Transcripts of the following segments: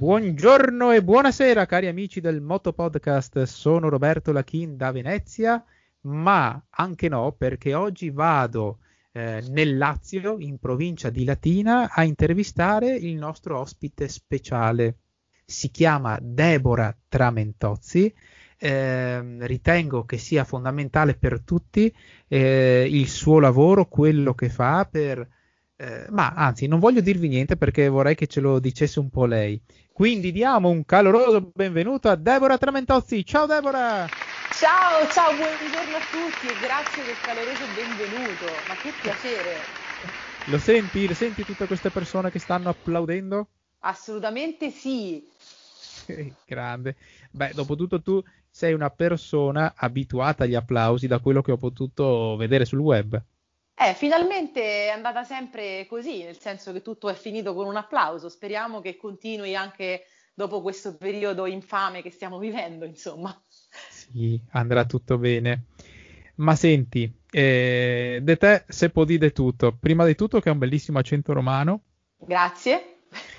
Buongiorno e buonasera cari amici del Moto Podcast, sono Roberto Lachin da Venezia, ma anche no perché oggi vado nel Lazio, in provincia di Latina, a intervistare il nostro ospite speciale. Si chiama Deborah Tramentozzi, ritengo che sia fondamentale per tutti il suo lavoro, quello che fa ma anzi non voglio dirvi niente perché vorrei che ce lo dicesse un po' lei. Quindi diamo un caloroso benvenuto a Deborah Tramentozzi. Ciao Deborah! Ciao, buongiorno a tutti e grazie del caloroso benvenuto, ma che piacere! Lo senti tutte queste persone che stanno applaudendo? Assolutamente sì! Grande. Beh, dopotutto tu sei una persona abituata agli applausi da quello che ho potuto vedere sul web. Finalmente è andata sempre così, nel senso che tutto è finito con un applauso, speriamo che continui anche dopo questo periodo infame che stiamo vivendo, insomma. Sì, andrà tutto bene. Ma senti, de te se può dire tutto. Prima di tutto che è un bellissimo accento romano. Grazie.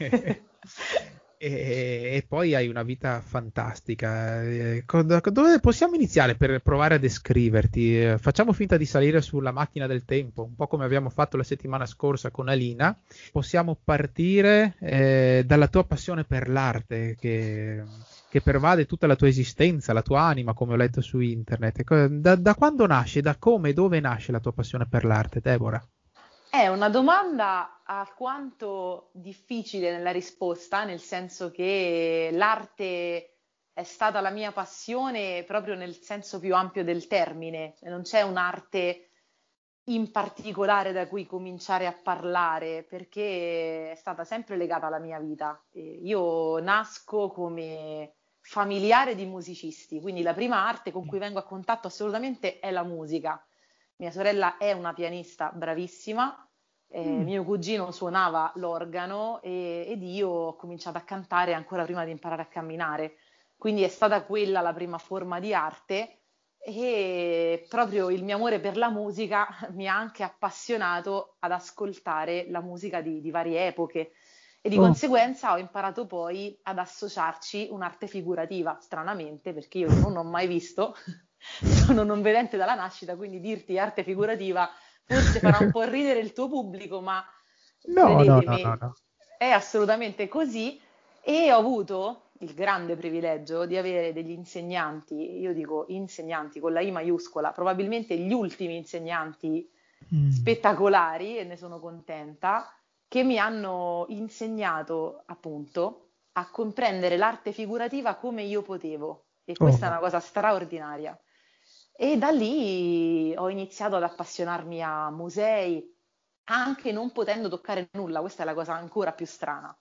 E poi hai una vita fantastica. Da dove possiamo iniziare per provare a descriverti? Facciamo finta di salire sulla macchina del tempo, un po' come abbiamo fatto la settimana scorsa con Alina. Possiamo partire dalla tua passione per l'arte che pervade tutta la tua esistenza, la tua anima, come ho letto su internet. Da quando nasce, da come e dove nasce la tua passione per l'arte, Deborah? È una domanda alquanto difficile nella risposta, nel senso che l'arte è stata la mia passione proprio nel senso più ampio del termine, non c'è un'arte in particolare da cui cominciare a parlare, perché è stata sempre legata alla mia vita. Io nasco come familiare di musicisti, quindi la prima arte con cui vengo a contatto assolutamente è la musica. Mia sorella è una pianista bravissima, mio cugino suonava l'organo ed io ho cominciato a cantare ancora prima di imparare a camminare. Quindi è stata quella la prima forma di arte e proprio il mio amore per la musica mi ha anche appassionato ad ascoltare la musica di varie epoche e di Oh. conseguenza ho imparato poi ad associarci un'arte figurativa, stranamente, perché io non ho mai visto, sono non vedente dalla nascita, quindi dirti arte figurativa forse farà un po' ridere il tuo pubblico, ma No, no, no, no, credetemi, no. è assolutamente così e ho avuto il grande privilegio di avere degli insegnanti, io dico insegnanti con la I maiuscola, probabilmente gli ultimi insegnanti spettacolari, e ne sono contenta, che mi hanno insegnato appunto a comprendere l'arte figurativa come io potevo. E questa è Oh. una cosa straordinaria. E da lì ho iniziato ad appassionarmi a musei, anche non potendo toccare nulla, questa è la cosa ancora più strana.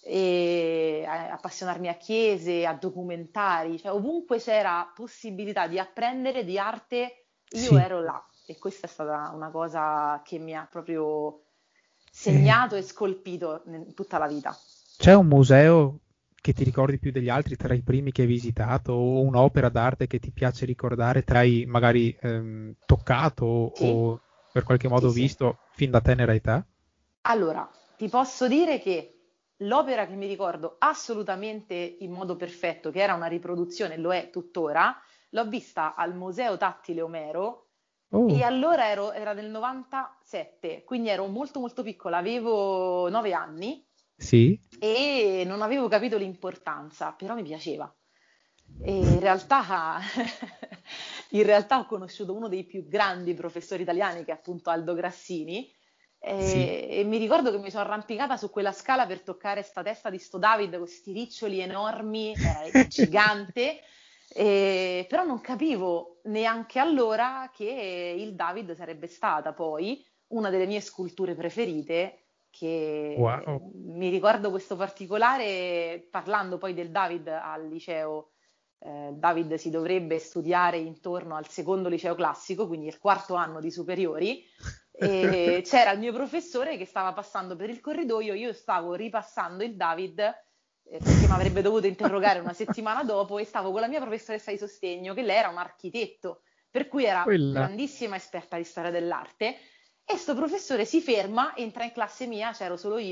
E a appassionarmi a chiese, a documentari, cioè ovunque c'era possibilità di apprendere di arte, io Sì. ero là. E questa è stata una cosa che mi ha proprio Eh, segnato e scolpito tutta la vita. C'è un museo che ti ricordi più degli altri tra i primi che hai visitato o un'opera d'arte che ti piace ricordare tra i magari toccato Sì, o per qualche sì, modo sì. visto fin da tenera età? Allora, ti posso dire che l'opera che mi ricordo assolutamente in modo perfetto, che era una riproduzione, lo è tuttora, l'ho vista al Museo Tattile Omero e Oh, allora era del 97, quindi ero molto molto piccola, avevo 9 anni sì, e non avevo capito l'importanza, però mi piaceva. E in realtà, in realtà ho conosciuto uno dei più grandi professori italiani, che è appunto Aldo Grassini, sì. e mi ricordo che mi sono arrampicata su quella scala per toccare sta testa di sto David con questi riccioli enormi, era gigante, però non capivo neanche allora che il David sarebbe stata poi una delle mie sculture preferite, che Wow. mi ricordo questo particolare parlando poi del David al liceo. Il David si dovrebbe studiare intorno al secondo liceo classico, quindi il quarto anno di superiori, e c'era il mio professore che stava passando per il corridoio, io stavo ripassando il David perché mi avrebbe dovuto interrogare una settimana dopo e stavo con la mia professoressa di sostegno, che lei era un architetto, per cui era Quella. grandissima esperta di storia dell'arte, e sto professore si ferma, entra in classe mia, c'ero solo io,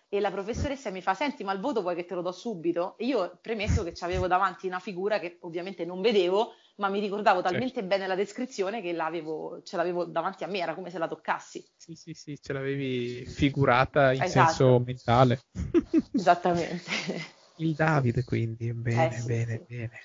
e la professoressa mi fa: senti, ma il voto vuoi che te lo do subito? E io premesso che avevo davanti una figura che ovviamente non vedevo, ma mi ricordavo Certo. talmente bene la descrizione che ce l'avevo davanti a me, era come se la toccassi. Sì, sì, sì, ce l'avevi figurata in senso Esatto, mentale. esattamente. Il Davide, quindi, bene, Sì, bene, sì. bene.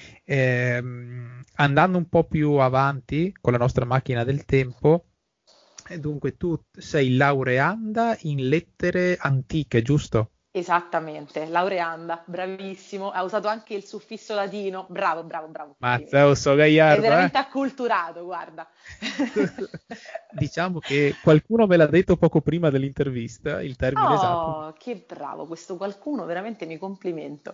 Andando un po' più avanti con la nostra macchina del tempo, dunque tu sei laureanda in lettere antiche, giusto? Esattamente, laureanda, bravissimo, ha usato anche il suffisso latino, bravo, bravo, bravo, Mazza, oh, complimenti. so È Gaiardo, eh? veramente acculturato, guarda. Diciamo che qualcuno me l'ha detto poco prima dell'intervista, il termine esatto. Oh, che bravo, questo qualcuno, veramente mi complimento.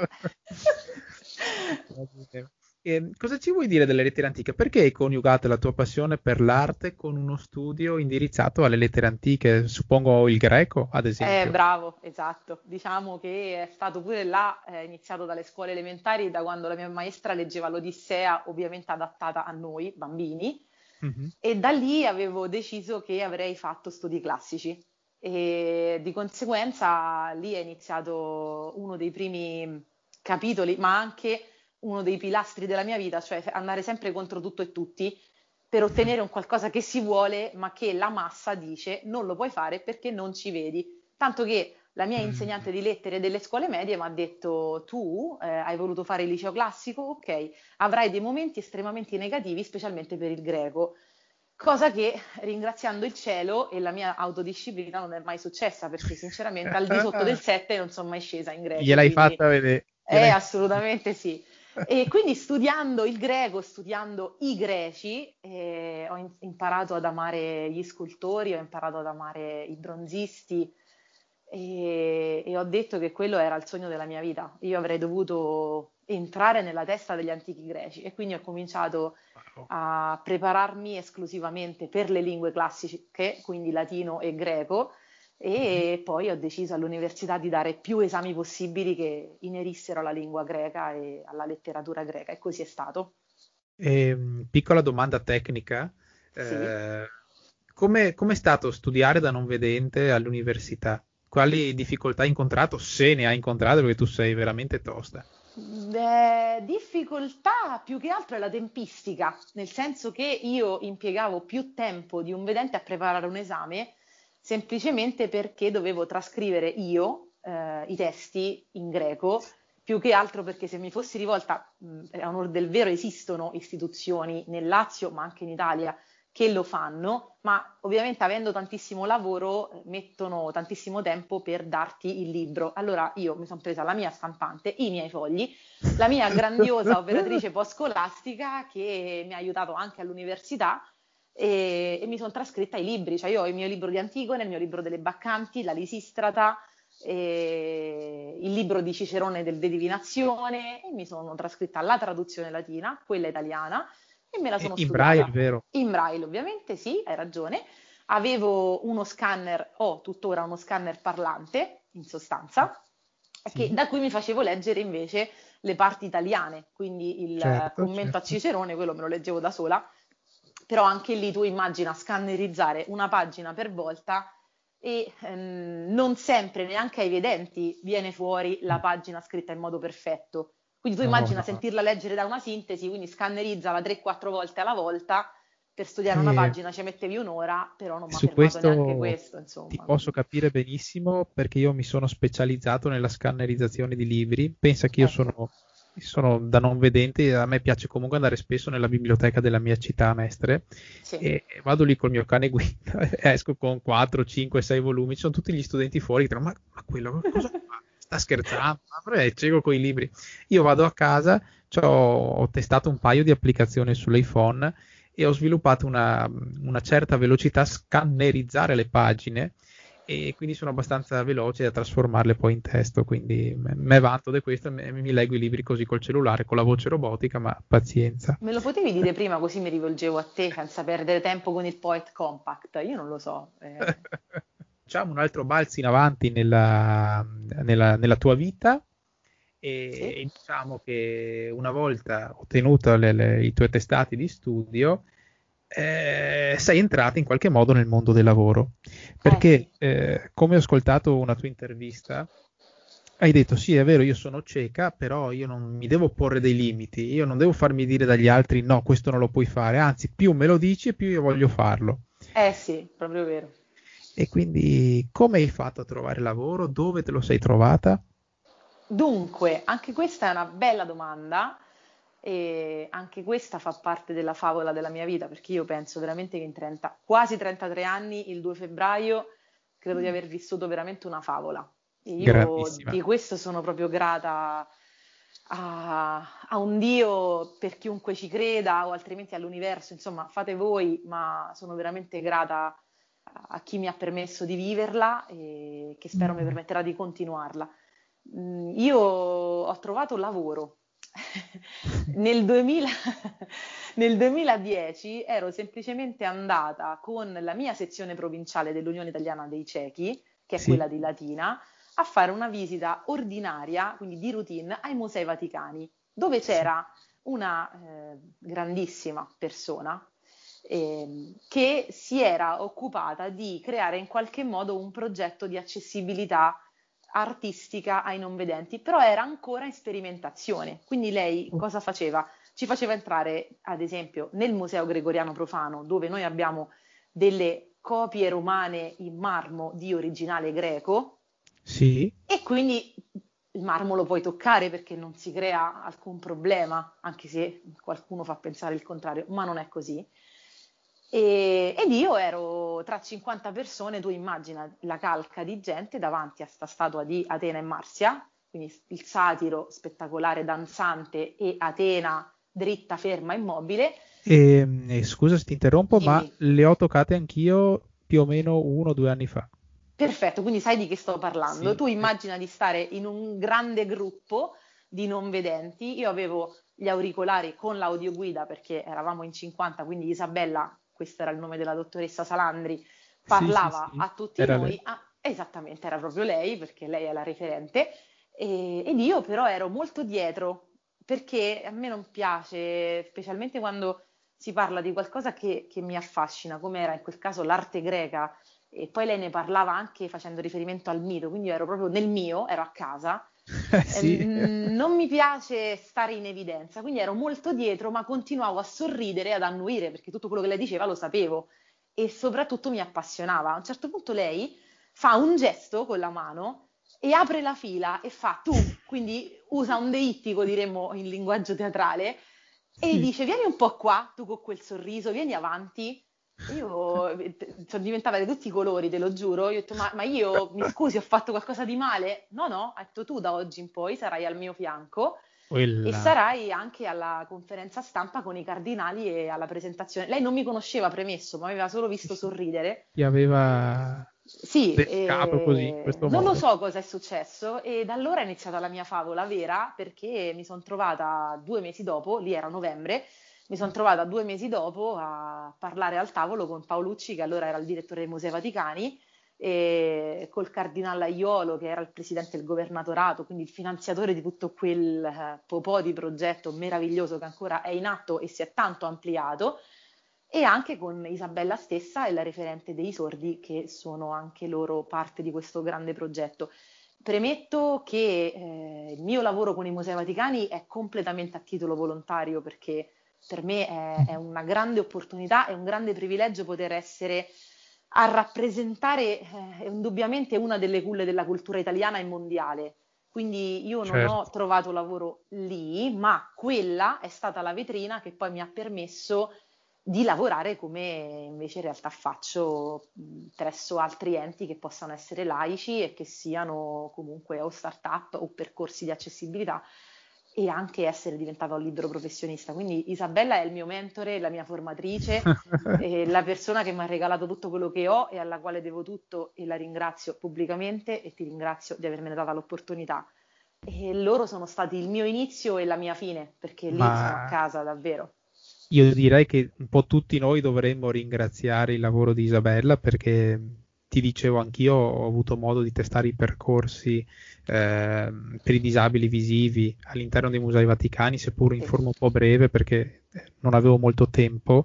Va bene. Cosa ci vuoi dire delle lettere antiche? Perché hai coniugato la tua passione per l'arte con uno studio indirizzato alle lettere antiche? Suppongo il greco, ad esempio. Bravo, esatto. Diciamo che è stato pure là, iniziato dalle scuole elementari, da quando la mia maestra leggeva l'Odissea, ovviamente adattata a noi, bambini, Mhm. e da lì avevo deciso che avrei fatto studi classici e di conseguenza lì è iniziato uno dei primi capitoli, ma anche uno dei pilastri della mia vita, cioè andare sempre contro tutto e tutti per ottenere un qualcosa che si vuole, ma che la massa dice non lo puoi fare perché non ci vedi. Tanto che la mia Mm. insegnante di lettere delle scuole medie mi ha detto: tu hai voluto fare il liceo classico? Ok, avrai dei momenti estremamente negativi, specialmente per il greco. Cosa che, ringraziando il cielo e la mia autodisciplina, non è mai successa, perché sinceramente al di sotto del 7 non sono mai scesa in greco, Gliel'hai quindi fatta vedere. Gliel'hai fatta. assolutamente sì. E quindi studiando il greco, studiando i greci, ho imparato ad amare gli scultori, ho imparato ad amare i bronzisti e ho detto che quello era il sogno della mia vita. Io avrei dovuto entrare nella testa degli antichi greci e quindi ho cominciato Wow. a prepararmi esclusivamente per le lingue classiche, quindi latino e greco, Mhm. e poi ho deciso all'università di dare più esami possibili che inerissero alla lingua greca e alla letteratura greca, e così è stato. Piccola domanda tecnica. Sì. eh, com'è stato studiare da non vedente all'università? Quali difficoltà hai incontrato, se ne hai incontrate, perché tu sei veramente tosta? Beh, difficoltà più che altro è la tempistica, nel senso che io impiegavo più tempo di un vedente a preparare un esame semplicemente perché dovevo trascrivere io i testi in greco, più che altro perché se mi fossi rivolta, a onor del vero esistono istituzioni nel Lazio, ma anche in Italia, che lo fanno, ma ovviamente avendo tantissimo lavoro mettono tantissimo tempo per darti il libro. Allora io mi sono presa la mia stampante, i miei fogli, la mia grandiosa operatrice post-scolastica che mi ha aiutato anche all'università e mi sono trascritta i libri, cioè io ho il mio libro di Antigone, il mio libro delle Baccanti, la Lisistrata, il libro di Cicerone del De Divinazione e mi sono trascritta la traduzione latina, quella italiana e me la sono In braille, studiata. vero? In braille, ovviamente, sì, hai ragione. Avevo uno scanner, ho tuttora uno scanner parlante, in sostanza, Sì, da cui mi facevo leggere invece le parti italiane, quindi il certo, commento a certo. Cicerone, quello me lo leggevo da sola, però anche lì tu immagina scannerizzare una pagina per volta e non sempre, neanche ai vedenti, viene fuori la pagina scritta in modo perfetto. Quindi tu No, immagina no. sentirla leggere da una sintesi, quindi scannerizzala 3-4 volte alla volta per studiare una E pagina, ci mettevi un'ora, però non mi ha su fermato neanche questo questo, ti insomma. posso capire benissimo perché io mi sono specializzato nella scannerizzazione di libri. Pensa che io Ecco, sono da non vedente, a me piace comunque andare spesso nella biblioteca della mia città a Mestre sì. e vado lì col mio cane guida, esco con 4, 5, 6 volumi, ci sono tutti gli studenti fuori che dicono ma quello cosa fa? Sta scherzando? Ma vabbè, è cieco con i libri. Io vado a casa, ho testato un paio di applicazioni sull'iPhone e ho sviluppato una certa velocità a scannerizzare le pagine e quindi sono abbastanza veloce da trasformarle poi in testo, quindi me vanto di questo e mi leggo i libri così col cellulare, con la voce robotica, ma pazienza. Me lo potevi dire prima così mi rivolgevo a te senza perdere tempo con il Poet Compact? Io non lo so. Facciamo un altro balzo in avanti nella tua vita Sì? e diciamo che una volta ottenuto i tuoi attestati di studio, sei entrata in qualche modo nel mondo del lavoro. Perché, Sì. come ho ascoltato una tua intervista, hai detto sì, è vero, io sono cieca, però io non mi devo porre dei limiti, io non devo farmi dire dagli altri no, questo non lo puoi fare, anzi, più me lo dici e più io voglio farlo. Sì, proprio vero. E quindi come hai fatto a trovare lavoro? Dove te lo sei trovata? Dunque, anche questa è una bella domanda e anche questa fa parte della favola della mia vita, perché io penso veramente che in 30, quasi 33 anni, il 2 febbraio, credo di aver vissuto veramente una favola. E io Grandissima. di questo sono proprio grata a un Dio per chiunque ci creda o altrimenti all'universo, insomma, fate voi, ma sono veramente grata a chi mi ha permesso di viverla e che spero mi Mm. permetterà di continuarla. Io ho trovato lavoro. Nel 2000 nel 2010 ero semplicemente andata con la mia sezione provinciale dell'Unione Italiana dei Ciechi, che è Sì, quella di Latina, a fare una visita ordinaria, quindi di routine, ai Musei Vaticani, dove sì. c'era una grandissima persona che si era occupata di creare in qualche modo un progetto di accessibilità artistica ai non vedenti, però era ancora in sperimentazione. Quindi lei cosa faceva? Ci faceva entrare, ad esempio, nel Museo Gregoriano Profano, dove noi abbiamo delle copie romane in marmo di originale greco, Sì. e quindi il marmo lo puoi toccare perché non si crea alcun problema, anche se qualcuno fa pensare il contrario, ma non è così. Ed io ero tra 50 persone, tu immagina la calca di gente davanti a sta statua di Atena e Marsia, quindi il satiro spettacolare danzante e Atena dritta, ferma, immobile. E scusa se ti interrompo, ma Dimmi. le ho toccate anch'io più o meno 1 o 2 anni fa. Perfetto, quindi sai di che sto parlando. Sì, Tu sì. immagina di stare in un grande gruppo di non vedenti. Io avevo gli auricolari con l'audioguida perché eravamo in 50, quindi Isabella, questo era il nome della dottoressa Salandri, Sì, sì, parlava sì, a tutti era lei. noi. Ah, esattamente, era proprio lei perché lei è la referente. Ed io però ero molto dietro perché a me non piace, specialmente quando si parla di qualcosa che mi affascina, come era in quel caso l'arte greca e poi lei ne parlava anche facendo riferimento al mito, quindi io ero proprio nel mio, ero a casa. Sì. Non mi piace stare in evidenza, quindi ero molto dietro, ma continuavo a sorridere e ad annuire perché tutto quello che lei diceva lo sapevo e soprattutto mi appassionava. A un certo punto lei fa un gesto con la mano e apre la fila e fa tu, quindi usa un deittico, diremmo in linguaggio teatrale, e Sì. dice vieni un po' qua, tu con quel sorriso, vieni avanti. E io sono diventata di tutti i colori, te lo giuro. Io ho detto, ma io mi scusi, ho fatto qualcosa di male? No, no, ha detto tu da oggi in poi sarai al mio fianco e Quella sarai anche alla conferenza stampa con i cardinali e alla presentazione. Lei non mi conosceva, premesso, ma aveva solo visto sorridere. ti aveva Sì, pescato così, in questo non lo modo. so cosa è successo e da allora è iniziata la mia favola vera perché mi sono trovata 2 mesi dopo, lì era novembre, mi sono trovata 2 mesi dopo a parlare al tavolo con Paolucci, che allora era il direttore dei Musei Vaticani, e col cardinale Aiolo, che era il presidente del governatorato, quindi il finanziatore di tutto quel popò di progetto meraviglioso che ancora è in atto e si è tanto ampliato e anche con Isabella stessa e la referente dei sordi che sono anche loro parte di questo grande progetto. Premetto che il mio lavoro con i Musei Vaticani è completamente a titolo volontario perché per me è una grande opportunità, è un grande privilegio poter essere a rappresentare indubbiamente una delle culle della cultura italiana e mondiale. Quindi io non ho Certo. trovato lavoro lì, ma quella è stata la vetrina che poi mi ha permesso di lavorare come invece in realtà faccio presso altri enti che possano essere laici e che siano comunque o start-up o percorsi di accessibilità e anche essere diventata un libero professionista. Quindi Isabella è il mio mentore, la mia formatrice, la persona che mi ha regalato tutto quello che ho e alla quale devo tutto e la ringrazio pubblicamente e ti ringrazio di avermene data l'opportunità. E loro sono stati il mio inizio e la mia fine, perché lì sono a Ma casa davvero. io direi che un po' tutti noi dovremmo ringraziare il lavoro di Isabella perché ti dicevo anch'io ho avuto modo di testare i percorsi per i disabili visivi all'interno dei Musei Vaticani, seppur in Sì. forma un po' breve perché non avevo molto tempo,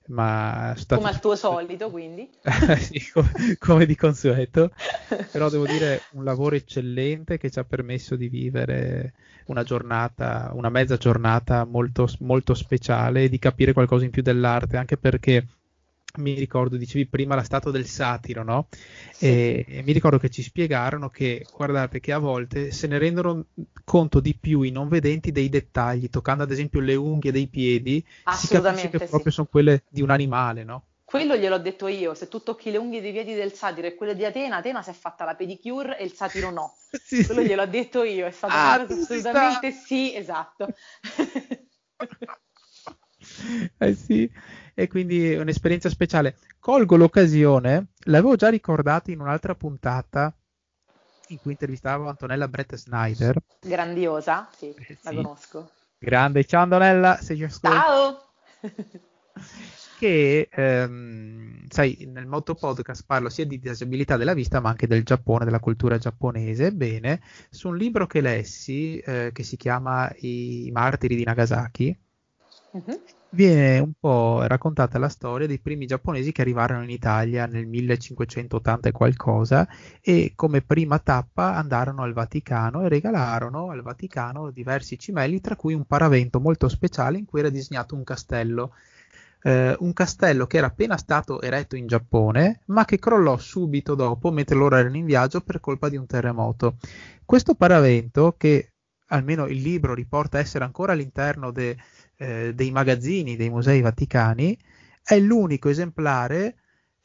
ma sono Come stati al tuo solito, quindi. sì, come di consueto, però devo dire un lavoro eccellente che ci ha permesso di vivere una giornata, una mezza giornata molto, molto speciale e di capire qualcosa in più dell'arte, anche perché mi ricordo, dicevi prima la statua del satiro, no? Sì, E mi ricordo che ci spiegarono che, guardate, che a volte se ne rendono conto di più i non vedenti dei dettagli, toccando ad esempio le unghie dei piedi, si capisce che assolutamente sì. proprio sono quelle di un animale, no? Quello gliel'ho detto io, se tu tocchi le unghie dei piedi del satiro e quelle di Atena, Atena si è fatta la pedicure e il satiro no. Sì, Quello sì. gliel'ho detto io, è stata una Ah, cosa tu si sta. assolutamente sì, esatto. Eh sì, e quindi è un'esperienza speciale. Colgo l'occasione, l'avevo già ricordato in un'altra puntata in cui intervistavo Antonella Brett Snyder. Grandiosa, sì, la Sì, conosco. grande. Ciao Antonella, se ci ascolti. Ciao! Che, sai, nel Moto Podcast parlo sia di disabilità della vista, ma anche del Giappone, della cultura giapponese. Bene, su un libro che lessi, che si chiama I martiri di Nagasaki, Mhm. viene un po' raccontata la storia dei primi giapponesi che arrivarono in Italia nel 1580 e qualcosa e come prima tappa andarono al Vaticano e regalarono al Vaticano diversi cimeli, tra cui un paravento molto speciale in cui era disegnato un castello che era appena stato eretto in Giappone, ma che crollò subito dopo, mentre loro erano in viaggio, per colpa di un terremoto. Questo paravento, che almeno il libro riporta essere ancora all'interno dei magazzini dei musei vaticani, è l'unico esemplare,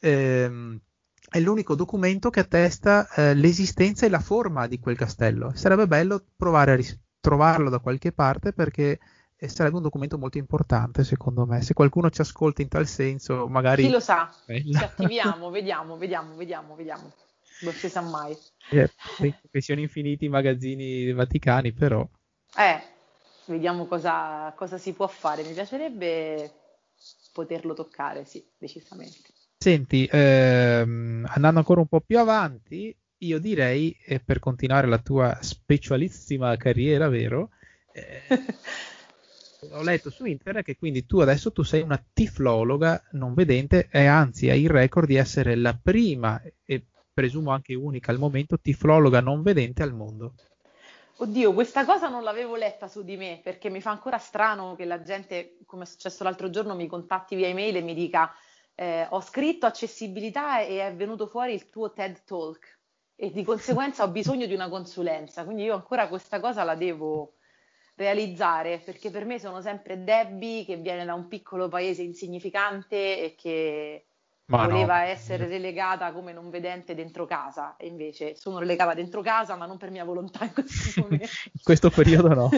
è l'unico documento che attesta l'esistenza e la forma di quel castello. Sarebbe bello provare a trovarlo da qualche parte perché sarebbe un documento molto importante, secondo me. Se qualcuno ci ascolta in tal senso, Chi magari. lo sa? Bella. Ci attiviamo, vediamo, vediamo, vediamo, vediamo. Non si sa mai. Penso che siano infiniti i magazzini vaticani, però. Eh, vediamo cosa si può fare. Mi piacerebbe poterlo toccare, sì, decisamente. Senti, andando ancora un po' più avanti, io direi, per continuare la tua specialissima carriera, vero? Eh, Ho letto su internet che quindi tu adesso tu sei una tiflologa non vedente e anzi hai il record di essere la prima e presumo anche unica al momento tiflologa non vedente al mondo. Oddio, questa cosa non l'avevo letta su di me perché mi fa ancora strano che la gente, come è successo l'altro giorno, mi contatti via email e mi dica ho scritto accessibilità e è venuto fuori il tuo TED Talk e di conseguenza ho bisogno di una consulenza, quindi io ancora questa cosa la devo realizzare perché per me sono sempre Debbie che viene da un piccolo paese insignificante e che Ma no, voleva essere relegata come non vedente dentro casa e invece sono relegata dentro casa ma non per mia volontà in questo momento. in questo periodo no.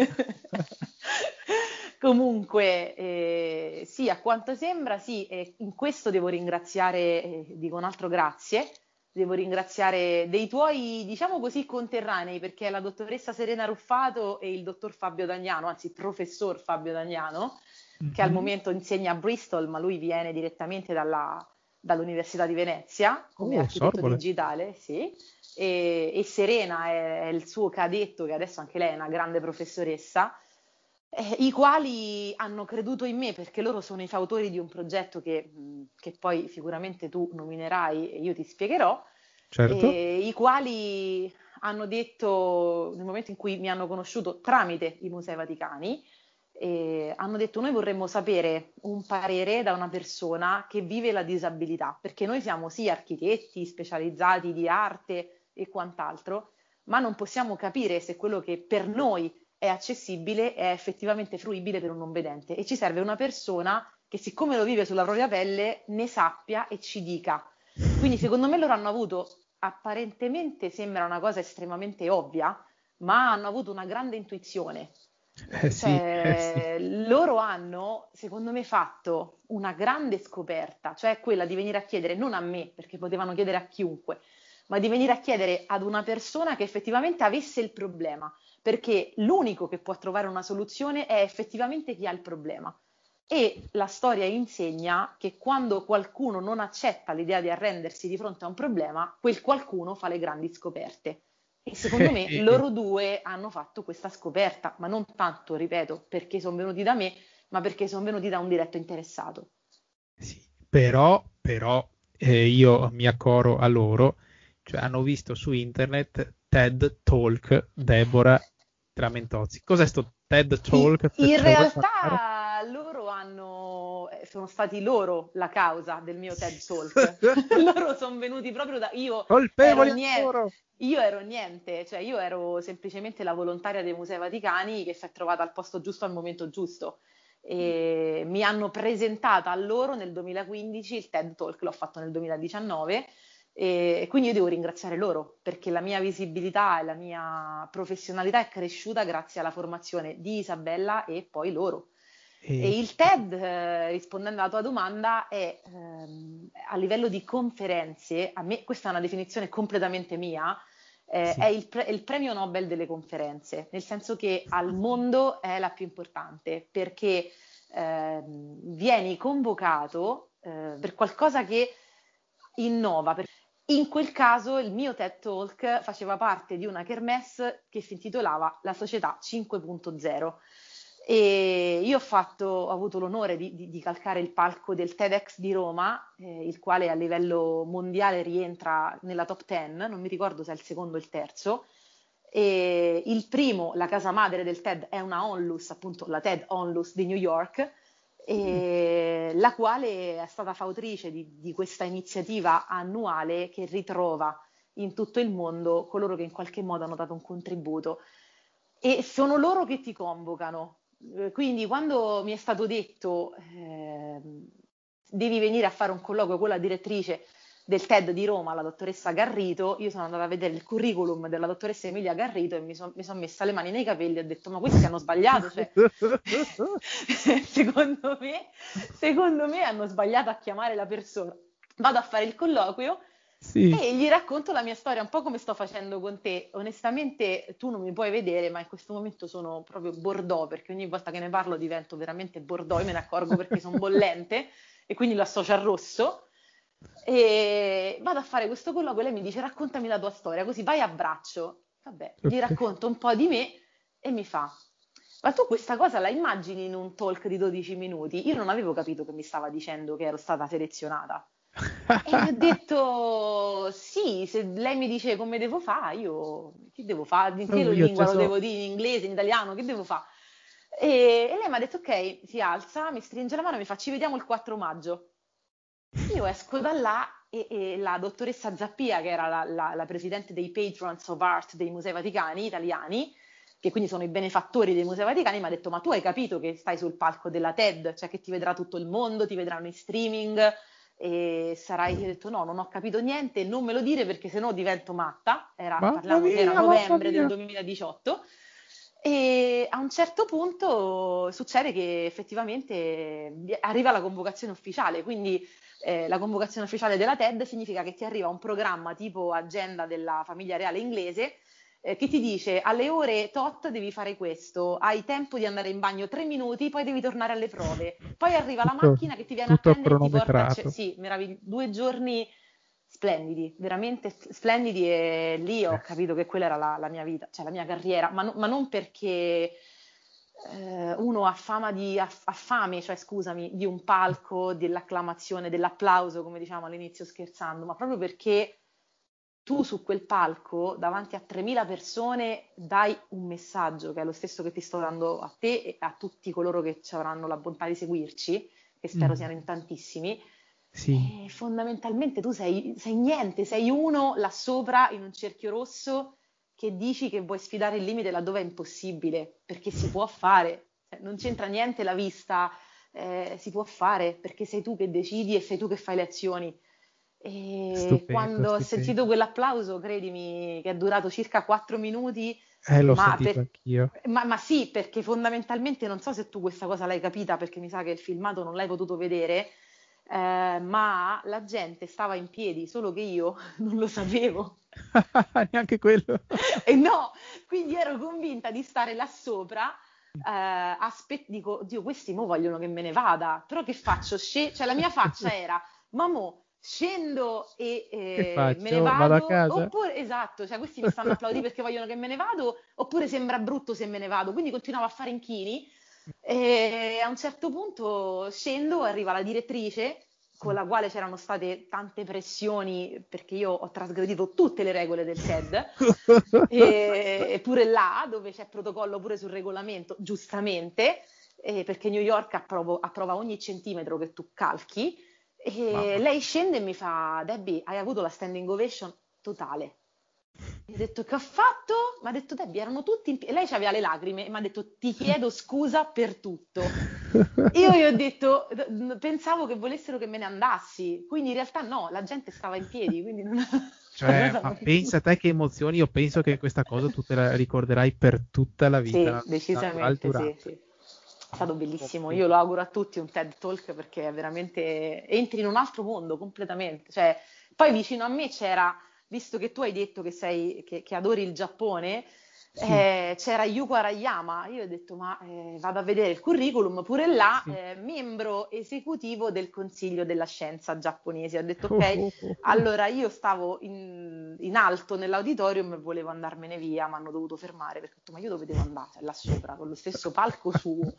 Comunque, sì, a quanto sembra, sì, e in questo devo ringraziare, dico un altro grazie, devo ringraziare dei tuoi, diciamo così, conterranei, perché è la dottoressa Serena Ruffato e il dottor Fabio Dagnano, anzi il professor Fabio Dagnano, che al Mhm. momento insegna a Bristol, ma lui viene direttamente dall'Università di Venezia come Oh, architetto Sorbole. digitale, sì, e Serena è il suo cadetto, che adesso anche lei è una grande professoressa, i quali hanno creduto in me perché loro sono i fautori di un progetto che poi sicuramente tu nominerai e io ti spiegherò, Certo. e i quali hanno detto, nel momento in cui mi hanno conosciuto tramite i Musei Vaticani, hanno detto noi vorremmo sapere un parere da una persona che vive la disabilità, perché noi siamo sì architetti specializzati di arte e quant'altro, ma non possiamo capire se quello che per noi è accessibile è effettivamente fruibile per un non vedente e ci serve una persona che siccome lo vive sulla propria pelle ne sappia e ci dica. Quindi secondo me loro hanno avuto, apparentemente sembra una cosa estremamente ovvia, ma hanno avuto una grande intuizione. Sì, sì. Cioè, loro hanno, secondo me, fatto una grande scoperta, cioè quella di venire a chiedere non a me, perché potevano chiedere a chiunque, ma di venire a chiedere ad una persona che effettivamente avesse il problema, perché l'unico che può trovare una soluzione è effettivamente chi ha il problema. E la storia insegna che quando qualcuno non accetta l'idea di arrendersi di fronte a un problema, quel qualcuno fa le grandi scoperte. E secondo me loro due hanno fatto questa scoperta, ma non tanto, ripeto, perché sono venuti da me, ma perché sono venuti da un diretto interessato. Sì, però io mi accoro a loro, cioè hanno visto su internet TED Talk Deborah Tramentozzi. Cos'è sto TED Talk? In Ce lo vuoi parlare? realtà sono stati loro la causa del mio TED Talk. Loro sono venuti proprio da... Colpevoli a loro! Io ero niente, cioè io ero semplicemente la volontaria dei Musei Vaticani che si è trovata al posto giusto al momento giusto. E mi hanno presentata a loro nel 2015, il TED Talk l'ho fatto nel 2019 e quindi io devo ringraziare loro perché la mia visibilità e la mia professionalità è cresciuta grazie alla formazione di Isabella e poi loro. E E, il TED, rispondendo alla tua domanda, è a livello di conferenze, a me questa è una definizione completamente mia, è sì, il premio Nobel delle conferenze, nel senso che al mondo è la più importante perché vieni convocato per qualcosa che innova. In quel caso il mio TED Talk faceva parte di una kermesse che si intitolava La Società 5.0 e io ho avuto l'onore di calcare il palco del TEDx di Roma, il quale a livello mondiale rientra nella top 10, non mi ricordo se è il secondo o il terzo. E il primo, la casa madre del TED, è una Onlus, appunto la TED Onlus di New York, la quale è stata fautrice di questa iniziativa annuale che ritrova in tutto il mondo coloro che in qualche modo hanno dato un contributo. E sono loro che ti convocano. Quindi quando mi è stato detto devi venire a fare un colloquio con la direttrice del TED di Roma, la dottoressa Garrito, io sono andata a vedere il curriculum della dottoressa Emilia Garrito e mi sono messa le mani nei capelli e ho detto ma questi hanno sbagliato, cioè, secondo me hanno sbagliato a chiamare la persona. Vado a fare il colloquio sì. e gli racconto la mia storia, un po' come sto facendo con te. Onestamente tu non mi puoi vedere, ma in questo momento sono proprio Bordeaux, perché ogni volta che ne parlo divento veramente Bordeaux e me ne accorgo perché sono bollente e quindi lo associo al rosso. E vado a fare questo colloquio e lei mi dice raccontami la tua storia, così vai a braccio. Vabbè, gli Ok. racconto un po' di me e mi fa, ma tu questa cosa la immagini in un talk di 12 minuti? Io non avevo capito che mi stava dicendo che ero stata selezionata. E gli ho detto sì, se lei mi dice come devo fare, io che devo fare? In che Io lingua cioè, lo devo dire? In inglese, in italiano, che devo fare? E lei mi ha detto ok, si alza, mi stringe la mano e mi fa ci vediamo il 4 maggio. Io esco da là e la dottoressa Zappia, che era la presidente dei Patrons of Art dei Musei Vaticani italiani, che quindi sono i benefattori dei Musei Vaticani, mi ha detto: Ma tu hai capito che stai sul palco della TED, cioè che ti vedrà tutto il mondo, ti vedranno in streaming e sarai. Io ho detto: No, non ho capito niente, non me lo dire perché sennò divento matta. Parliamo che era mamma novembre del mia. 2018. E a un certo punto succede che effettivamente arriva la convocazione ufficiale, quindi la convocazione ufficiale della TED significa che ti arriva un programma tipo agenda della famiglia reale inglese che ti dice alle ore tot devi fare questo, hai tempo di andare in bagno 3 minuti, poi devi tornare alle prove, poi arriva la Tutto, macchina che ti viene a tutto prendere e ti porta cronometrato. sì, 2 giorni splendidi, veramente splendidi e lì ho capito che quella era la mia vita, cioè la mia carriera, ma non perché uno ha fame, cioè scusami, di un palco, dell'acclamazione, dell'applauso, come diciamo all'inizio scherzando, ma proprio perché tu su quel palco, davanti a 3.000 persone, dai un messaggio che è lo stesso che ti sto dando a te e a tutti coloro che ci avranno la bontà di seguirci, che spero Mm, siano in tantissimi. sì, E fondamentalmente tu sei niente, sei uno là sopra in un cerchio rosso che dici che vuoi sfidare il limite laddove è impossibile, perché si può fare, non c'entra niente la vista, si può fare perché sei tu che decidi e sei tu che fai le azioni. E stupendo, quando ho sentito stupendo. quell'applauso, credimi che è durato circa 4 minuti, L'ho ma, sentito anch'io. ma sì, perché fondamentalmente non so se tu questa cosa l'hai capita, perché mi sa che il filmato non l'hai potuto vedere, ma la gente stava in piedi, solo che io non lo sapevo. Neanche quello. E no, quindi ero convinta di stare là sopra. Dico, Dio, questi mo vogliono che me ne vada, però che faccio? Cioè, la mia faccia era, ma mo scendo e Che me ne faccio? Vado a vado, casa? oppure esatto, cioè questi mi stanno applaudendo perché vogliono che me ne vado, oppure sembra brutto se me ne vado, quindi continuavo a fare inchini e a un certo punto scendo, arriva la direttrice con la quale c'erano state tante pressioni, perché io ho trasgredito tutte le regole del TED, e pure là, dove c'è protocollo pure sul regolamento, giustamente, perché New York approva ogni centimetro che tu calchi, e lei scende e mi fa: Debbie, hai avuto la standing ovation totale. Gli ho detto: che ho fatto? Mi ha detto: Debbie, erano tutti e lei aveva le lacrime e mi ha detto: ti chiedo scusa per tutto. Io gli ho detto: pensavo che volessero che me ne andassi, quindi in realtà no, la gente stava in piedi, quindi non... Cioè, ma pensa a te che emozioni, io penso che questa cosa tu te la ricorderai per tutta la vita, Sì, decisamente sì, durante. sì. È stato bellissimo, io lo auguro a tutti un TED Talk, perché è veramente, entri in un altro mondo completamente, cioè, poi vicino a me c'era, visto che tu hai detto che adori il Giappone, Sì, c'era Yuko Arayama. Io ho detto: ma vado a vedere il curriculum, pure là, sì. membro esecutivo del Consiglio della Scienza giapponese. Ho detto: Oh, ok, oh, oh, oh. allora io stavo in alto nell'auditorium e volevo andarmene via, mi hanno dovuto fermare perché ho detto: ma io dove devo andare? Cioè, là sopra, con lo stesso palco suo.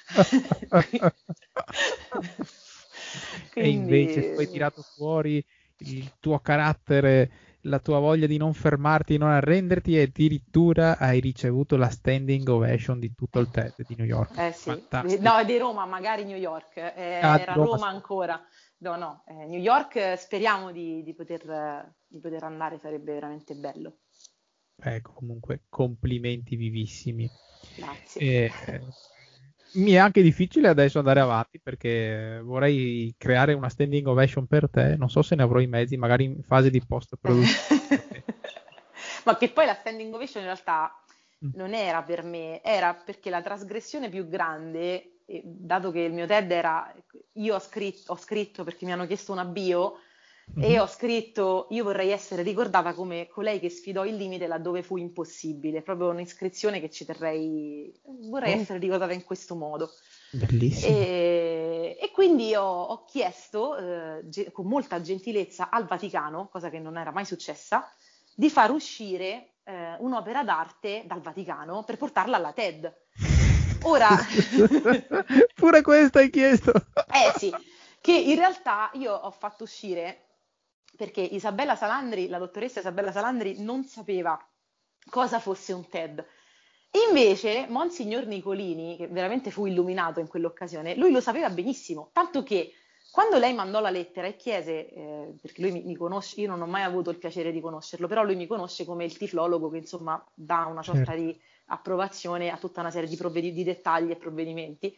E invece tu hai Quindi tirato fuori il tuo carattere, la tua voglia di non fermarti, non arrenderti, e addirittura hai ricevuto la standing ovation di tutto il TED di New York. eh sì, no, Fantastico. è di Roma, magari New York, Ah, di era Roma Roma solo. ancora. No, no, New York, speriamo di poter andare, sarebbe veramente bello. Ecco, comunque, complimenti vivissimi. Grazie. E, mi è anche difficile adesso andare avanti perché vorrei creare una standing ovation per te. Non so se ne avrò i mezzi, magari in fase di post-produzione. Ma che poi la standing ovation in realtà Mm. non era per me, era perché la trasgressione più grande, dato che il mio TED era, io ho scritto perché mi hanno chiesto una bio, e Mhm. ho scritto: io vorrei essere ricordata come colei che sfidò il limite laddove fu impossibile, proprio un'iscrizione che ci terrei, vorrei Oh, essere ricordata in questo modo. bellissimo. E quindi ho chiesto, con molta gentilezza, al Vaticano, cosa che non era mai successa, di far uscire un'opera d'arte dal Vaticano per portarla alla TED. Ora, Pure questo hai chiesto. sì, che in realtà io ho fatto uscire perché Isabella Salandri, la dottoressa Isabella Salandri, non sapeva cosa fosse un TED. Invece, Monsignor Nicolini, che veramente fu illuminato in quell'occasione, lui lo sapeva benissimo, tanto che quando lei mandò la lettera e chiese, perché lui mi conosce, io non ho mai avuto il piacere di conoscerlo, però lui mi conosce come il tiflologo che insomma dà una sorta Certo. di approvazione a tutta una serie di dettagli e provvedimenti.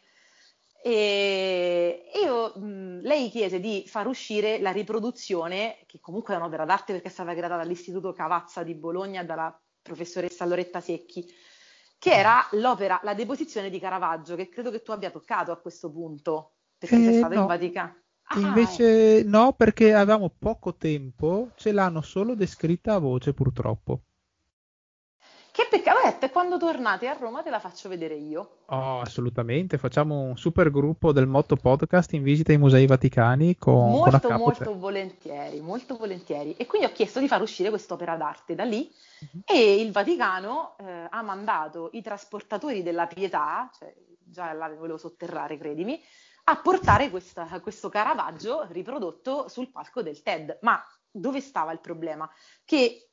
E lei chiese di far uscire la riproduzione, che comunque è un'opera d'arte perché è stata creata dall'Istituto Cavazza di Bologna dalla professoressa Loretta Secchi, che Mhm. era l'opera La deposizione di Caravaggio, che credo che tu abbia toccato a questo punto, perché sei stato in No, Vaticano. Ah, ecco. invece no, perché avevamo poco tempo, ce l'hanno solo descritta a voce purtroppo. Che peccato, e quando tornate a Roma te la faccio vedere io. Oh, assolutamente, facciamo un super gruppo del Motto Podcast in visita ai Musei Vaticani con a Molto, capo te. molto volentieri, molto volentieri. E quindi ho chiesto di far uscire quest'opera d'arte da lì, Mhm. e il Vaticano ha mandato i trasportatori della Pietà, cioè già là li volevo sotterrare, credimi, a portare questo Caravaggio riprodotto sul palco del TED. Ma dove stava il problema? Che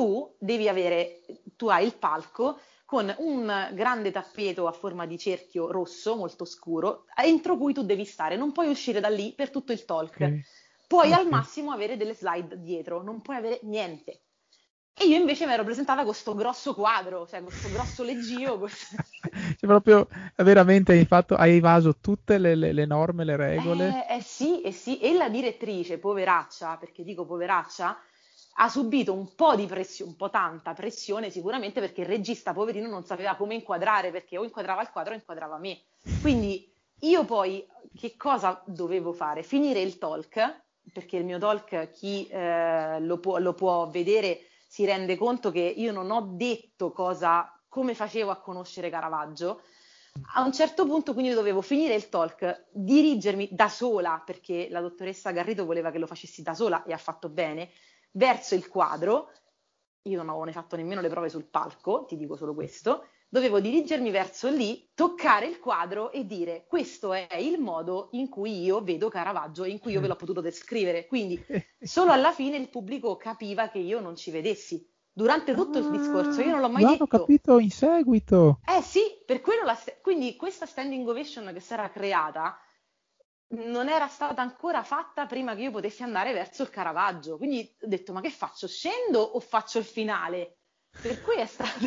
tu hai il palco con un grande tappeto a forma di cerchio rosso, molto scuro, entro cui tu devi stare, non puoi uscire da lì per tutto il talk. Ok, Puoi al ok. massimo avere delle slide dietro, non puoi avere niente. E io invece mi ero presentata con questo grosso quadro, cioè con questo grosso leggio. Cioè, proprio veramente hai evaso tutte le norme, le regole. Sì, sì, e la direttrice, poveraccia, perché dico poveraccia, ha subito un po' di pressione, un po' tanta pressione sicuramente perché il regista poverino non sapeva come inquadrare, perché o inquadrava il quadro o inquadrava me. Quindi io poi che cosa dovevo fare? Finire il talk, perché il mio talk chi lo può vedere si rende conto che io non ho detto come facevo a conoscere Caravaggio. A un certo punto quindi dovevo finire il talk, dirigermi da sola, perché la dottoressa Garrido voleva che lo facessi da sola e ha fatto bene, verso il quadro. Io non avevo ne fatto nemmeno le prove sul palco, ti dico solo questo. dovevo dirigermi verso lì, toccare il quadro e dire questo è il modo in cui io vedo Caravaggio e in cui io ve l'ho potuto descrivere. Quindi solo alla fine il pubblico capiva che io non ci vedessi. Durante tutto il discorso io non l'ho mai l'hanno detto. capito in seguito. Sì, per quello quindi questa standing ovation che si era creata non era stata ancora fatta prima che io potessi andare verso il Caravaggio. Quindi ho detto, ma che faccio? Scendo o faccio il finale? Per cui è stato...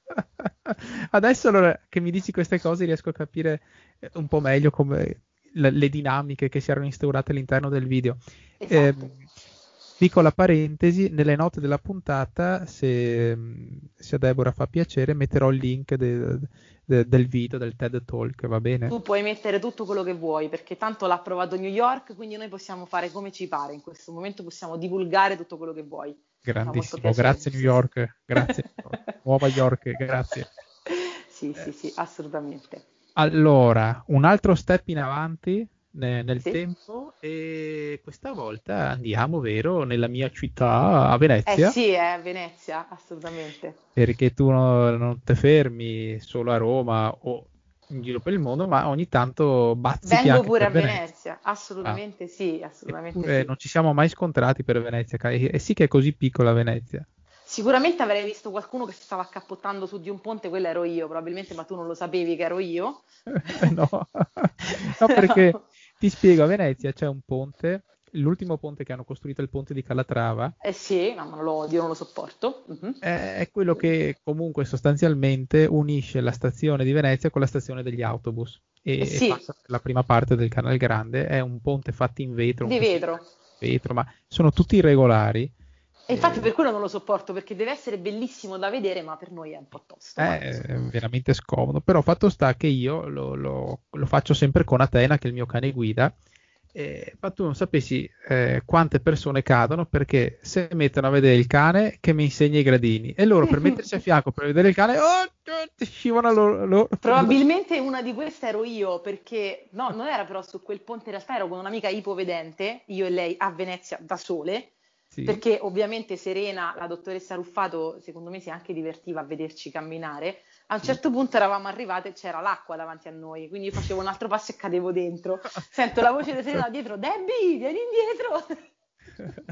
Adesso allora che mi dici queste cose riesco a capire un po' meglio come le dinamiche che si erano instaurate all'interno del video. Esatto. Piccola parentesi, nelle note della puntata, se a Deborah fa piacere, metterò il link del video, del TED Talk, va bene? Tu puoi mettere tutto quello che vuoi, perché tanto l'ha approvato New York, quindi noi possiamo fare come ci pare. In questo momento possiamo divulgare tutto quello che vuoi. Mi fa molto Grandissimo, piacere. grazie New Sì, York, grazie Nuova York, grazie. sì, assolutamente. Allora, un altro step in avanti nel Sì. tempo e questa volta andiamo, vero, nella mia città, a Venezia, Sì, è a Venezia, assolutamente. perché tu non ti fermi solo a Roma o in giro per il mondo, ma ogni tanto bazzichi Vengo anche pure a per Venezia. Venezia, Ah, assolutamente eppure sì. non ci siamo mai scontrati per Venezia, e sì che è così piccola Venezia. Sicuramente avrei visto qualcuno che si stava accappottando su di un ponte, quello ero io, probabilmente, ma tu non lo sapevi che ero io. No. No, perché ti spiego, a Venezia c'è un ponte, l'ultimo ponte che hanno costruito è il ponte di Calatrava, Eh sì, no, ma non lo odio, non lo sopporto. Mhm. è quello che comunque sostanzialmente unisce la stazione di Venezia con la stazione degli autobus e Sì, passa per la prima parte del Canal Grande. È un ponte fatto in vetro, un di vetro. cuscino in vetro, ma sono tutti irregolari. E infatti eh, per quello non lo sopporto, perché deve essere bellissimo da vedere, ma per noi è un po' tosto, ma È insomma. veramente scomodo, però fatto sta che io lo faccio sempre con Atena, che è il mio cane guida, ma tu non sapessi quante persone cadono perché se mettono a vedere il cane che mi insegna i gradini e loro per mettersi a fianco per vedere il cane, scivolano loro. Probabilmente una di queste ero io, perché no, non era però su quel ponte, in realtà ero con un'amica ipovedente, io e lei a Venezia da sole, Sì. perché ovviamente Serena, la dottoressa Ruffato, secondo me si anche divertiva a vederci camminare. A un Sì. certo punto eravamo arrivate e c'era l'acqua davanti a noi, quindi io facevo un altro passo e cadevo dentro. Sento la voce di Serena dietro, Debbie, vieni indietro!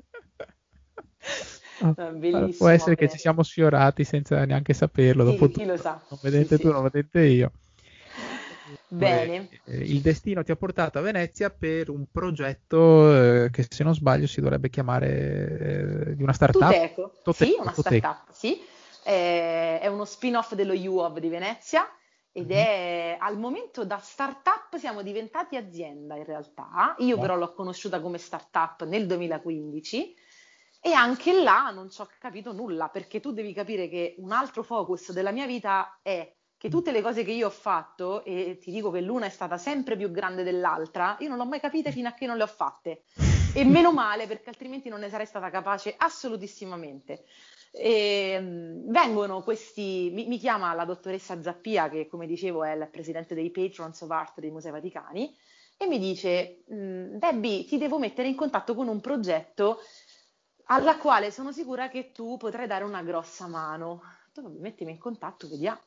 Oh, può Bellissimo a essere che ci Venezia. siamo sfiorati senza neanche saperlo, dopo Sì, chi lo tutto, sa. non Sì, vedente tu, sì. non vedente io. Bene. Il destino ti ha portato a Venezia per un progetto che se non sbaglio si dovrebbe chiamare di una startup. Tuteco, sì, una Toteco. startup, sì. È uno spin-off dello UOV di Venezia ed Mhm. è al momento da startup siamo diventati azienda in realtà. Io Wow. però l'ho conosciuta come startup nel 2015 e anche là non ci ho capito nulla perché tu devi capire che un altro focus della mia vita è che tutte le cose che io ho fatto, e ti dico che l'una è stata sempre più grande dell'altra, io non l'ho mai capita fino a che non le ho fatte. E meno male, perché altrimenti non ne sarei stata capace assolutissimamente. Vengono questi, mi chiama la dottoressa Zappia, che come dicevo è il presidente dei Patrons of Art dei Musei Vaticani, e mi dice, Debbie, ti devo mettere in contatto con un progetto alla quale sono sicura che tu potrai dare una grossa mano. Tu mettimi in contatto, vediamo.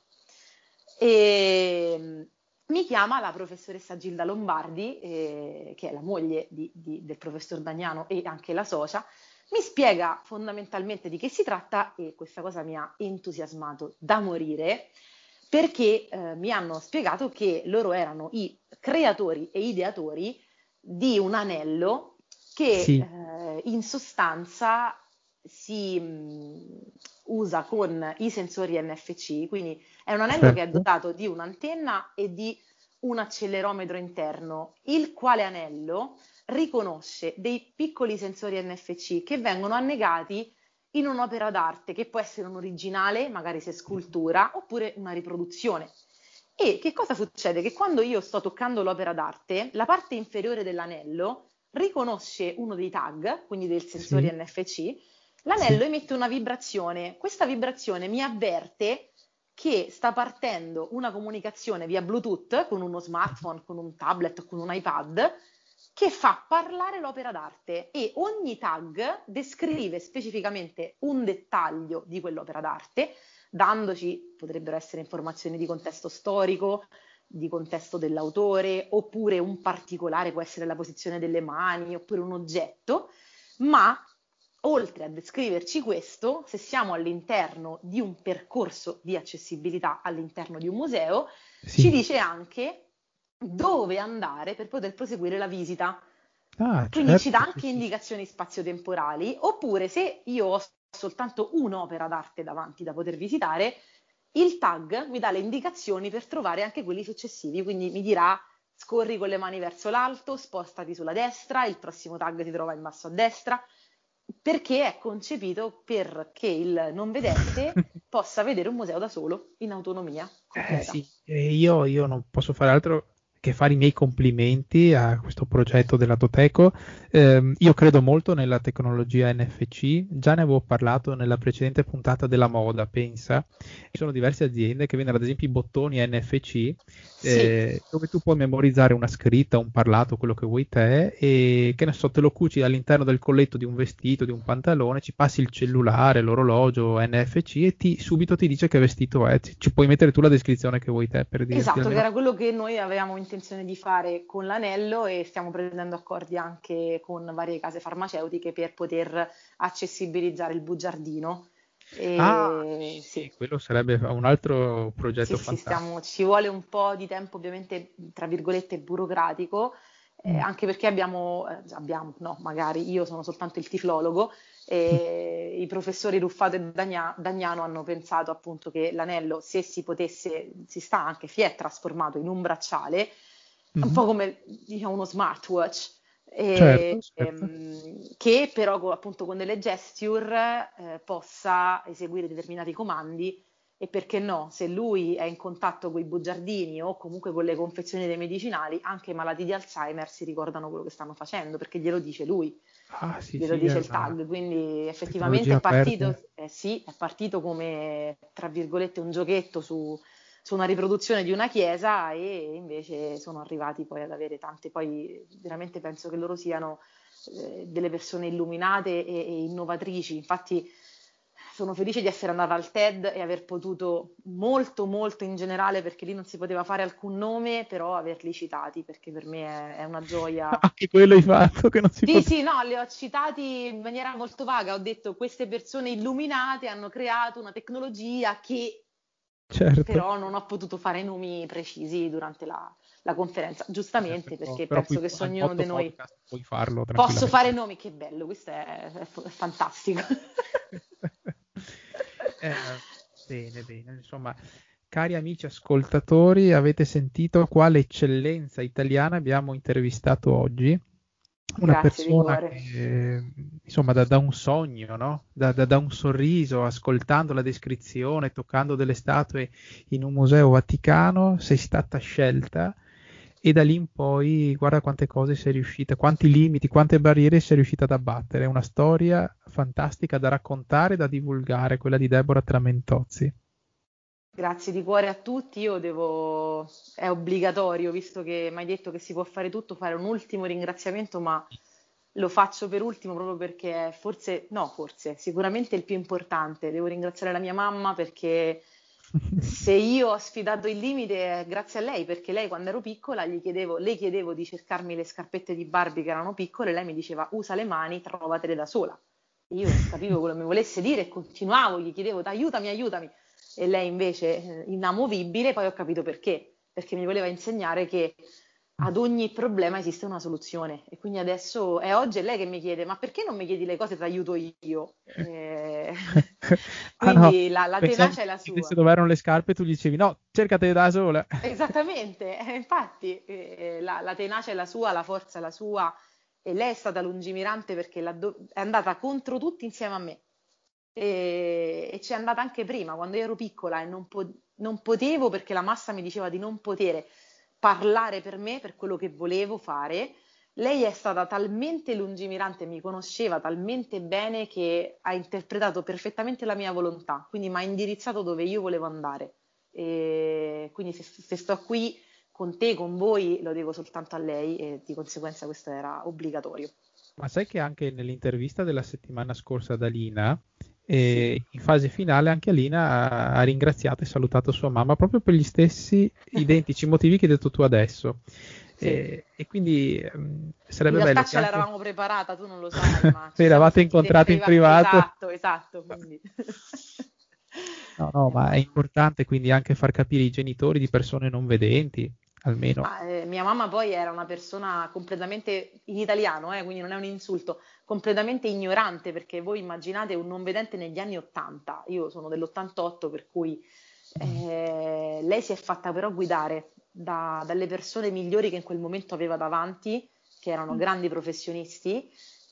E mi chiama la professoressa Gilda Lombardi, che è la moglie del professor Dagnano e anche la socia, mi spiega fondamentalmente di che si tratta e questa cosa mi ha entusiasmato da morire perché mi hanno spiegato che loro erano i creatori e ideatori di un anello che Sì, in sostanza si usa con i sensori NFC, quindi è un anello che è perfetto. dotato di un'antenna e di un accelerometro interno, il quale anello riconosce dei piccoli sensori NFC che vengono annegati in un'opera d'arte, che può essere un originale, magari se scultura, oppure una riproduzione. E che cosa succede? Che quando io sto toccando l'opera d'arte, la parte inferiore dell'anello riconosce uno dei tag, quindi del sensore Sì, NFC, sì. l'anello emette una vibrazione. Questa vibrazione mi avverte che sta partendo una comunicazione via Bluetooth con uno smartphone, con un tablet, con un iPad, che fa parlare l'opera d'arte e ogni tag descrive specificamente un dettaglio di quell'opera d'arte, dandoci, potrebbero essere informazioni di contesto storico, di contesto dell'autore, oppure un particolare, può essere la posizione delle mani, oppure un oggetto, ma oltre a descriverci questo, se siamo all'interno di un percorso di accessibilità all'interno di un museo, ci dice anche dove andare per poter proseguire la visita. Quindi ci dà anche indicazioni spazio-temporali, oppure se io ho soltanto un'opera d'arte davanti da poter visitare, il tag mi dà le indicazioni per trovare anche quelli successivi, quindi mi dirà scorri con le mani verso l'alto, spostati sulla destra, il prossimo tag si trova in basso a destra, perché è concepito perché il non vedente possa vedere un museo da solo, in autonomia completa. Sì, io non posso fare altro che fare i miei complimenti a questo progetto della Toteco. Io credo molto nella tecnologia NFC, già ne avevo parlato nella precedente puntata della moda, pensa. Ci sono diverse aziende che vendono ad esempio i bottoni NFC, dove tu puoi memorizzare una scritta, un parlato, quello che vuoi te, e che ne so, te lo cuci all'interno del colletto di un vestito, di un pantalone, ci passi il cellulare, l'orologio NFC e subito ti dice che vestito è. Ci puoi mettere tu la descrizione che vuoi te, per dirti. Esatto, almeno. che era quello che noi avevamo intenzione di fare con l'anello e stiamo prendendo accordi anche con varie case farmaceutiche per poter accessibilizzare il bugiardino. Sì, quello sarebbe un altro progetto fantastico. Ci vuole un po' di tempo, ovviamente, tra virgolette, burocratico, anche perché no, magari io sono soltanto il tiflologo, e i professori Ruffato e Dagnano hanno pensato appunto che l'anello, se si è trasformato in un bracciale, un po' come diciamo uno smartwatch. Certo. Che però appunto con delle gesture possa eseguire determinati comandi e perché no, se lui è in contatto con i bugiardini o comunque con le confezioni dei medicinali, anche i malati di Alzheimer si ricordano quello che stanno facendo perché glielo dice lui, glielo dice il tag, quindi effettivamente è partito come tra virgolette un giochetto su una riproduzione di una chiesa e invece sono arrivati poi ad avere tante, poi veramente penso che loro siano delle persone illuminate e innovatrici, infatti sono felice di essere andata al TED e aver potuto molto molto in generale, perché lì non si poteva fare alcun nome, però averli citati, perché per me è una gioia. Anche quello hai fatto che non si poteva. Sì, no, li ho citati in maniera molto vaga, ho detto queste persone illuminate hanno creato una tecnologia che Certo. però non ho potuto fare nomi precisi durante la conferenza, giustamente, perché però penso che su ognuno di noi puoi farlo posso fare nomi, che bello, questo è fantastico. Bene, insomma, cari amici ascoltatori, avete sentito quale eccellenza italiana abbiamo intervistato oggi? Una Grazie di persona cuore. che, insomma, da un sogno, no? Da un sorriso, ascoltando la descrizione, toccando delle statue in un museo vaticano, sei stata scelta e da lì in poi guarda quante cose sei riuscita, quanti limiti, quante barriere sei riuscita ad abbattere. È una storia fantastica da raccontare, da divulgare, quella di Deborah Tramentozzi. Grazie di cuore a tutti, è obbligatorio, visto che mi hai detto che si può fare tutto, fare un ultimo ringraziamento, ma lo faccio per ultimo proprio perché sicuramente il più importante. Devo ringraziare la mia mamma perché se io ho sfidato il limite è grazie a lei, perché lei quando ero piccola le chiedevo di cercarmi le scarpette di Barbie che erano piccole e lei mi diceva usa le mani, trovatele da sola. Io non capivo quello che mi volesse dire e continuavo, gli chiedevo aiutami. E lei invece inamovibile, poi ho capito perché mi voleva insegnare che ad ogni problema esiste una soluzione e quindi adesso oggi è lei che mi chiede ma perché non mi chiedi le cose, ti aiuto io? Quindi la tenacia è la sua. Se dove erano le scarpe tu gli dicevi no, cercatele da sola. Esattamente, infatti la tenacia è la sua, la forza è la sua e lei è stata lungimirante perché è andata contro tutti insieme a me. E c'è andata anche prima, quando io ero piccola e non potevo perché la massa mi diceva di non poter parlare per me, per quello che volevo fare. Lei è stata talmente lungimirante, mi conosceva talmente bene che ha interpretato perfettamente la mia volontà, quindi mi ha indirizzato dove io volevo andare. E quindi se sto qui con te, con voi, lo devo soltanto a lei e di conseguenza questo era obbligatorio. Ma sai che anche nell'intervista della settimana scorsa ad Alina E in fase finale anche Alina ha ringraziato e salutato sua mamma proprio per gli stessi identici motivi che hai detto tu adesso. Sì. E quindi sarebbe in bello realtà che ce anche... l'eravamo preparata, tu non lo sai, ma Vi ci siamo eravate sentite in incontrati in privato. esatto, quindi... No, ma è importante quindi anche far capire i genitori di persone non vedenti, almeno. Mia mamma poi era una persona completamente, in italiano, quindi non è un insulto, completamente ignorante, perché voi immaginate un non vedente negli anni 80, io sono dell'88, per cui lei si è fatta però guidare dalle persone migliori che in quel momento aveva davanti, che erano grandi professionisti,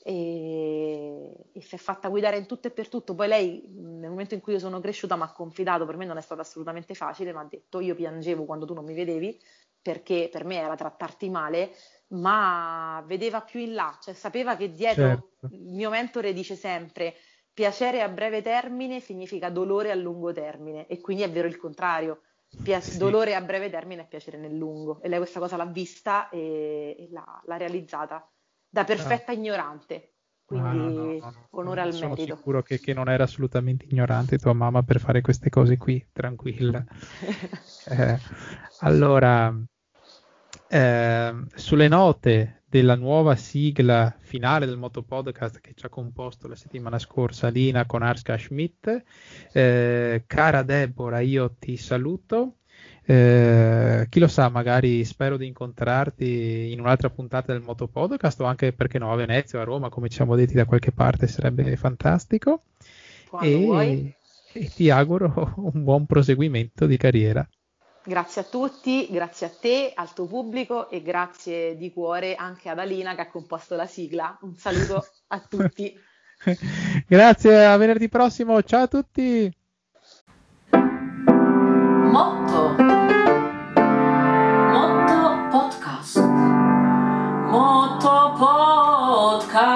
e si è fatta guidare in tutto e per tutto. Poi lei, nel momento in cui io sono cresciuta, mi ha confidato, per me non è stato assolutamente facile, mi ha detto: io piangevo quando tu non mi vedevi, perché per me era trattarti male, ma vedeva più in là, cioè sapeva che dietro, Certo. il mio mentore dice sempre: piacere a breve termine significa dolore a lungo termine, e quindi è vero il contrario. Sì. Dolore a breve termine è piacere nel lungo, e lei questa cosa l'ha vista e l'ha realizzata da No. perfetta ignorante, No, quindi onore al sono merito. sicuro che non era assolutamente ignorante tua mamma per fare queste cose qui, tranquilla. Eh, allora, sulle note della nuova sigla finale del Motopodcast che ci ha composto la settimana scorsa Lina con Arska Schmidt, cara Deborah, io ti saluto. Chi lo sa, magari spero di incontrarti in un'altra puntata del Motopodcast o anche, perché no, a Venezia o a Roma, come ci siamo detti da qualche parte, sarebbe fantastico. Quando vuoi. E ti auguro un buon proseguimento di carriera. Grazie a tutti, grazie a te, al tuo pubblico, e grazie di cuore anche ad Alina che ha composto la sigla. Un saluto a tutti. Grazie, a venerdì prossimo, ciao a tutti! Motto Podcast. Motto Podcast.